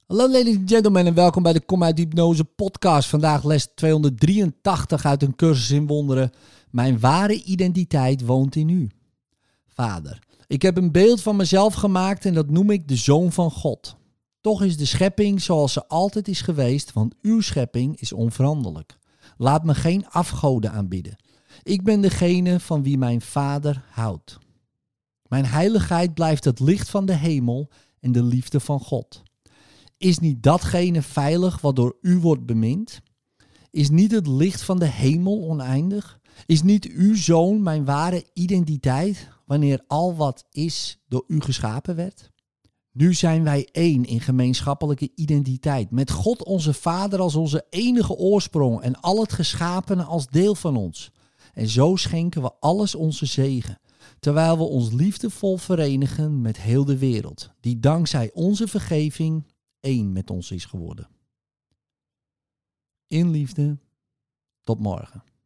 Hallo ladies and gentlemen en welkom bij de Kom uit Hypnose podcast. Vandaag les 283 uit een cursus in wonderen. Mijn ware identiteit woont in u. Vader, ik heb een beeld van mezelf gemaakt en dat noem ik de Zoon van God. Toch is de schepping zoals ze altijd is geweest, want uw schepping is onveranderlijk. Laat me geen afgoden aanbidden. Ik ben degene van wie mijn Vader houdt. Mijn heiligheid blijft het licht van de hemel en de liefde van God. Is niet datgene veilig wat door u wordt bemind? Is niet het licht van de hemel oneindig? Is niet uw Zoon mijn ware identiteit, wanneer al wat is door u geschapen werd? Nu zijn wij één in gemeenschappelijke identiteit, met God onze Vader als onze enige oorsprong en al het geschapene als deel van ons. En zo schenken we alles onze zegen, terwijl we ons liefdevol verenigen met heel de wereld, die dankzij onze vergeving één met ons is geworden. In liefde, tot morgen.